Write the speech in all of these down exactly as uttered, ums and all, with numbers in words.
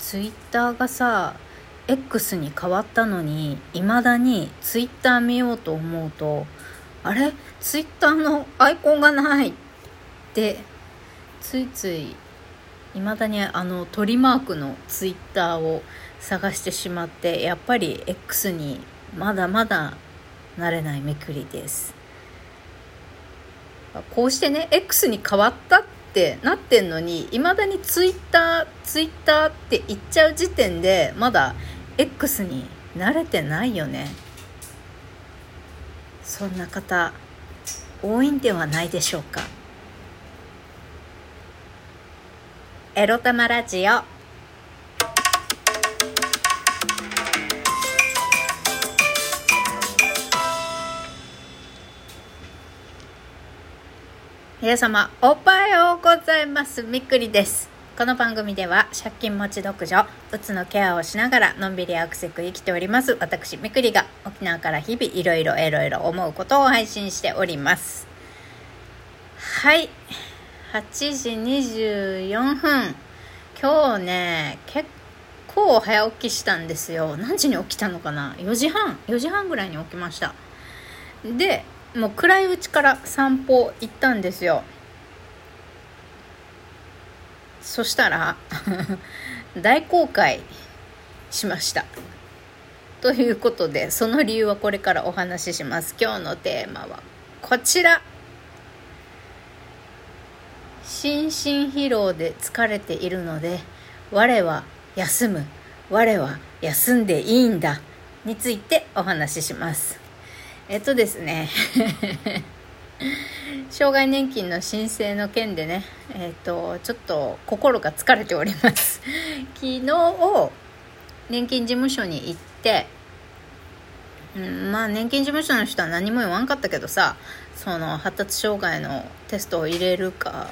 ツイッターがさ X に変わったのに未だにツイッター見ようと思うと、あれツイッターのアイコンがないってついつい未だにあの鳥マークのツイッターを探してしまって、やっぱり X にまだまだ慣れないめくりです。こうしてね X に変わったってなってんのに、未だにツイッターツイッターって言っちゃう時点でまだ X に慣れてないよね。そんな方多いんではないでしょうか。エロ玉ラジオ。皆様おはようございます。みっくりです。この番組では借金持ち独女うつのケアをしながらのんびりアクセク生きております私みっくりが、沖縄から日々いろいろいろいろ思うことを配信しております。はい、はちじにじゅうよんふん。今日ね結構早起きしたんですよ。何時に起きたのかな。よじはんよじはんぐらいに起きました。でもう暗いうちから散歩行ったんですよ。そしたら大公開しました。ということでその理由はこれからお話しします。今日のテーマはこちら。心身疲労で疲れているので我は休む、我は休んでいいんだについてお話しします。えっとですね障害年金の申請の件でね、えっとちょっと心が疲れております昨日年金事務所に行って、うん、まあ年金事務所の人は何も言わんかったけどさ、その発達障害のテストを入れるか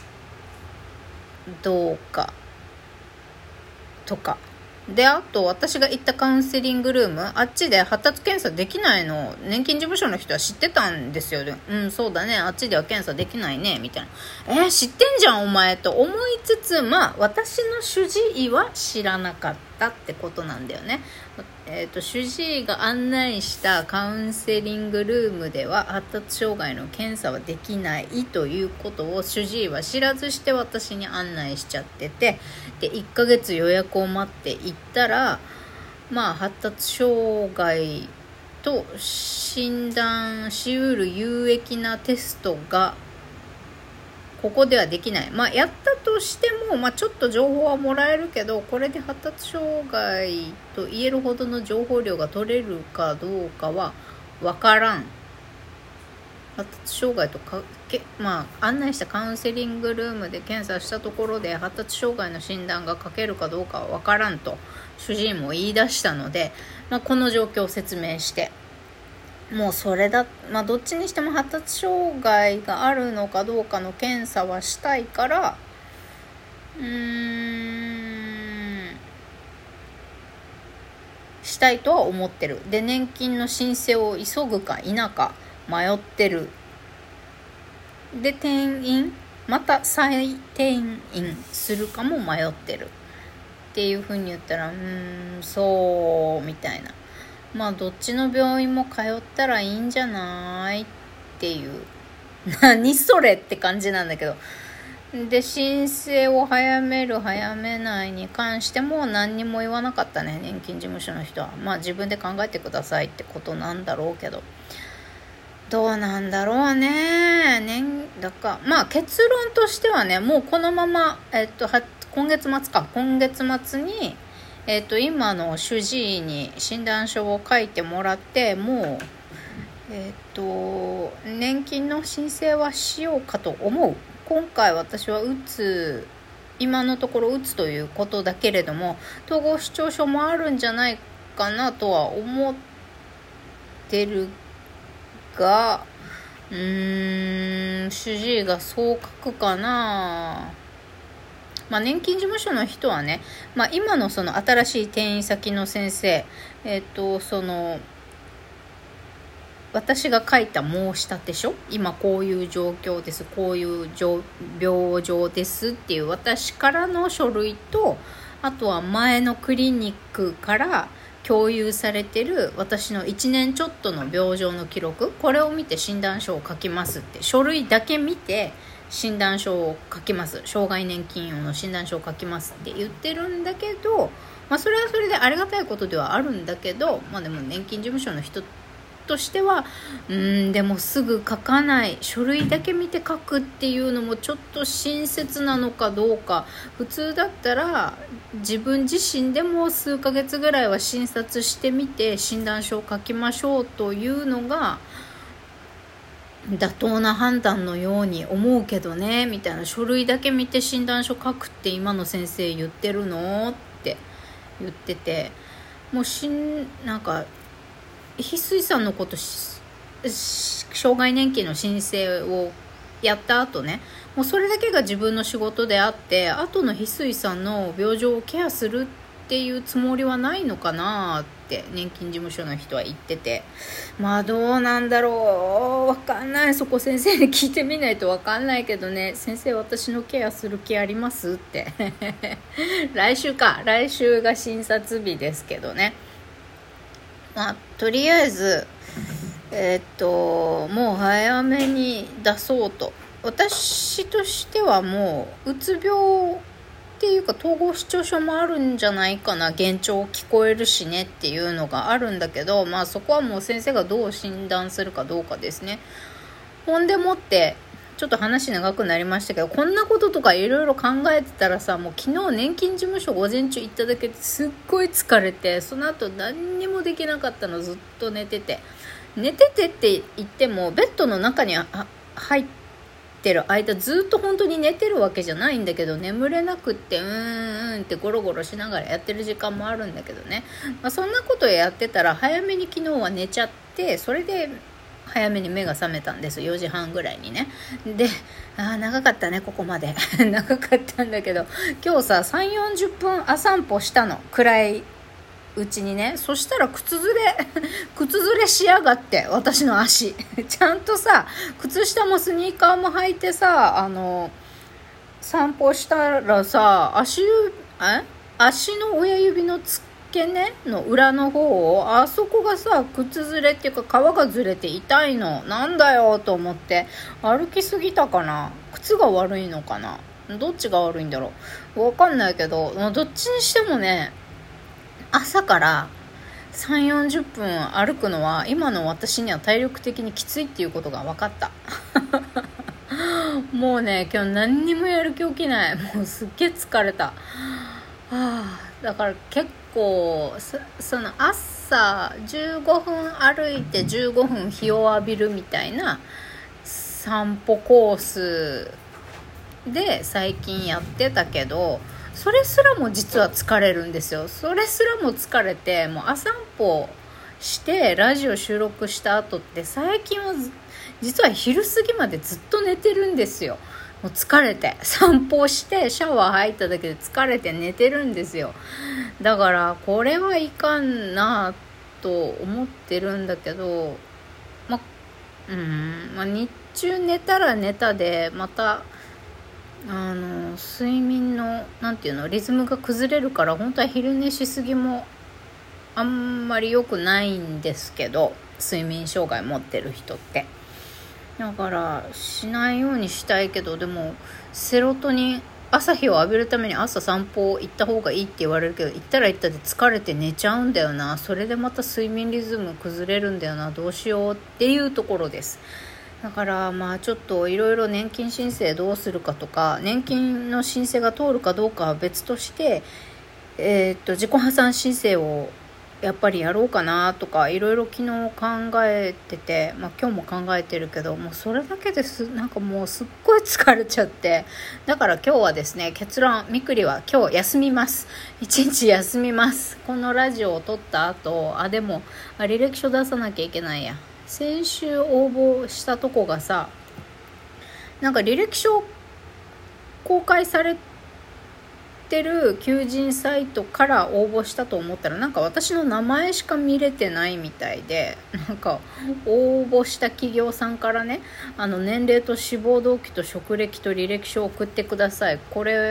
どうかとかで、あと私が行ったカウンセリングルーム、あっちで発達検査できないの年金事務所の人は知ってたんですよ。うん、そうだね、あっちでは検査できないねみたいな。えー、知ってんじゃんお前と思いつつ、まあ私の主治医は知らなかったってことなんだよね。えーと、主治医が案内したカウンセリングルームでは発達障害の検査はできないということを主治医は知らずして私に案内しちゃってて、でいっかげつ予約を待って行ったら、まあ発達障害と診断しうる有益なテストがここではできない。まあやったとしても、まあ、ちょっと情報はもらえるけど、これで発達障害と言えるほどの情報量が取れるかどうかはわからん。発達障害とかけ、まあ、案内したカウンセリングルームで検査したところで発達障害の診断が書けるかどうかはわからんと主治医も言い出したので、まあ、この状況を説明して、もうそれだ、まあどっちにしても発達障害があるのかどうかの検査はしたいから、うーんしたいとは思ってる。で年金の申請を急ぐか否か迷ってる。で転院また再転院するかも迷ってるっていう風に言ったら、うーんそうみたいな、まあどっちの病院も通ったらいいんじゃないっていう、何それって感じなんだけど、で申請を早める早めないに関しても何にも言わなかったね、年金事務所の人は。まあ自分で考えてくださいってことなんだろうけど、どうなんだろうね。年だかまあ結論としてはね、もうこのままえっとは今月末か今月末にえー、と今の主治医に診断書を書いてもらって、もう、えー、と年金の申請はしようかと思う。今回私はうつ今のところうつということだけれども統合失調症もあるんじゃないかなとは思ってるが、うーん主治医がそう書くかな。まあ、年金事務所の人はね、まあ、今のその新しい転院先の先生、えっとその私が書いた申し立て書、今こういう状況です、こういう病状ですっていう私からの書類と、 あとは前のクリニックから共有されてる私のいちねんちょっとの病状の記録、これを見て診断書を書きますって、書類だけ見て診断書を書きます、障害年金用の診断書を書きますって言ってるんだけど、まあ、それはそれでありがたいことではあるんだけど、まあ、でも年金事務所の人としてはうーんでもすぐ書かない、書類だけ見て書くっていうのもちょっと親切なのかどうか。普通だったら自分自身でも数ヶ月ぐらいは診察してみて診断書を書きましょうというのが妥当な判断のように思うけどね、みたいな。書類だけ見て診断書書くって今の先生言ってるのって言ってて、もうしんなんか翡翠さんのこと障害年金の申請をやった後ね、もうそれだけが自分の仕事であって、後の翡翠さんの病状をケアするっていうつもりはないのかなって年金事務所の人は言ってて、まあどうなんだろう、わかんない。そこ先生に聞いてみないとわかんないけどね。先生、私のケアする気ありますって来週か来週が診察日ですけどね。まあ、とりあえず、えー、っともう早めに出そうと。私としてはもううつ病っていうか統合失調症もあるんじゃないかな、幻聴聞こえるしねっていうのがあるんだけど、まあそこはもう先生がどう診断するかどうかですね。ほんでもってちょっと話長くなりましたけど、こんなこととかいろいろ考えてたらさ、もう昨日年金事務所午前中行っただけですっごい疲れて、その後何にもできなかったの。ずっと寝てて寝ててって言ってもベッドの中に入ってる間ずっと本当に寝てるわけじゃないんだけど、眠れなくってうーんうんってゴロゴロしながらやってる時間もあるんだけどね、まあ、そんなことやってたら早めに昨日は寝ちゃって、それで早めに目が覚めたんです。よじはんぐらいにね。で、あー長かったねここまで長かったんだけど、今日さ さんじゅうよんじゅっぷん朝散歩したの、暗いうちにね。そしたら靴ずれ靴ずれしやがって、私の足ちゃんとさ靴下もスニーカーも履いてさ、あの散歩したらさ、足え足の親指の付け根の裏の方を、あそこがさ靴ずれっていうか皮がずれて痛いの。なんだよと思って、歩きすぎたかな、靴が悪いのかな、どっちが悪いんだろう、わかんないけど、どっちにしてもね、朝からさんじゅうよんじゅっぷん歩くのは今の私には体力的にきついっていうことが分かったもうね今日何にもやる気起きない。もうすっげえ疲れた、はあ、だから結構そ, その朝じゅうごふん歩いてじゅうごふん日を浴びるみたいな散歩コースで最近やってたけど、それすらも実は疲れるんですよ。それすらも疲れて、もう朝散歩してラジオ収録した後って最近は実は昼過ぎまでずっと寝てるんですよ。もう疲れて、散歩してシャワー入っただけで疲れて寝てるんですよ。だからこれはいかんなと思ってるんだけど、ま、うーん、まあ、日中寝たら寝たでまたあの睡眠のなんていうのリズムが崩れるから、本当は昼寝しすぎもあんまり良くないんですけど、睡眠障害持ってる人ってだからしないようにしたいけど、でもセロトニン、朝日を浴びるために朝散歩行った方がいいって言われるけど、行ったら行ったで疲れて寝ちゃうんだよな。それでまた睡眠リズム崩れるんだよな。どうしようっていうところです。だからまあちょっといろいろ年金申請どうするかとか、年金の申請が通るかどうかは別として、えー、っと自己破産申請をやっぱりやろうかなとかいろいろ昨日考えてて、まあ、今日も考えてるけど、もうそれだけですなんかもうすっごい疲れちゃって、だから今日はですね、結論、みくりは今日休みます。一日休みます。このラジオを撮った後、あでもあ履歴書出さなきゃいけないや。先週応募したとこがさ、なんか履歴書公開されてる求人サイトから応募したと思ったら、なんか私の名前しか見れてないみたいで、なんか応募した企業さんからね、あの年齢と志望動機と職歴と履歴書を送ってください、これ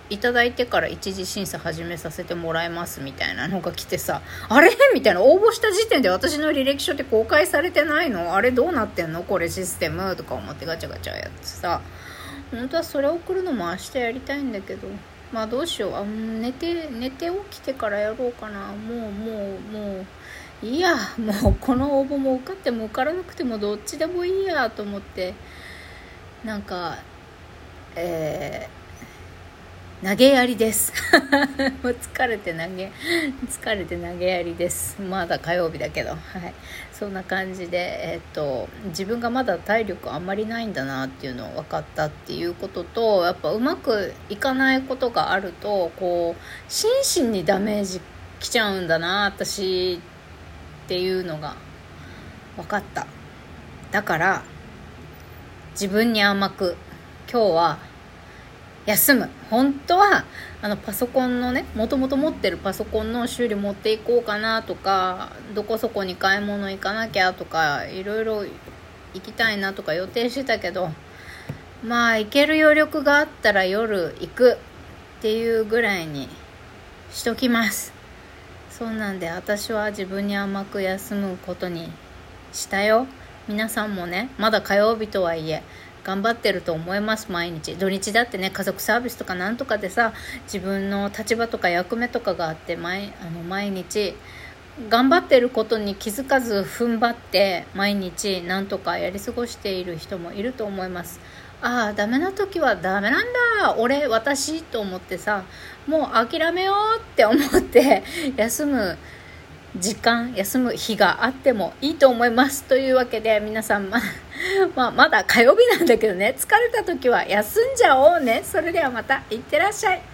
いただいてから一次審査始めさせてもらいますみたいなのが来てさ、あれみたいな、応募した時点で私の履歴書って公開されてないの？あれどうなってんのこれシステムとか思ってガチャガチャやってさ、本当はそれ送るのも明日やりたいんだけど、まあどうしよう、あ寝て寝て起きてからやろうかな。もうもうもういいや、もうこの応募も受かっても受からなくてもどっちでもいいやと思って、なんかえー、投げやりですもう疲れて投げ疲れて投げやりです。まだ火曜日だけど、はい、そんな感じで、えー、っと自分がまだ体力あんまりないんだなっていうのを分かったっていうことと、やっぱうまくいかないことがあるとこう心身にダメージきちゃうんだな私っていうのが分かった。だから自分に甘く今日は休む。本当はあのパソコンのね、もともと持ってるパソコンの修理持っていこうかなとか、どこそこに買い物行かなきゃとか、いろいろ行きたいなとか予定してたけど、まあ行ける余力があったら夜行くっていうぐらいにしときます。そうなんで私は自分に甘く休むことにしたよ。皆さんもね、まだ火曜日とはいえ頑張ってると思います。毎日土日だってね、家族サービスとかなんとかでさ、自分の立場とか役目とかがあって、毎あの毎日頑張ってることに気づかず踏ん張って毎日なんとかやり過ごしている人もいると思います。ああダメな時はダメなんだ俺私と思ってさ、もう諦めようって思って休む時間、休む日があってもいいと思います。というわけで皆さんままあ、まだ火曜日なんだけどね、疲れた時は休んじゃおうね。それではまたいってらっしゃい。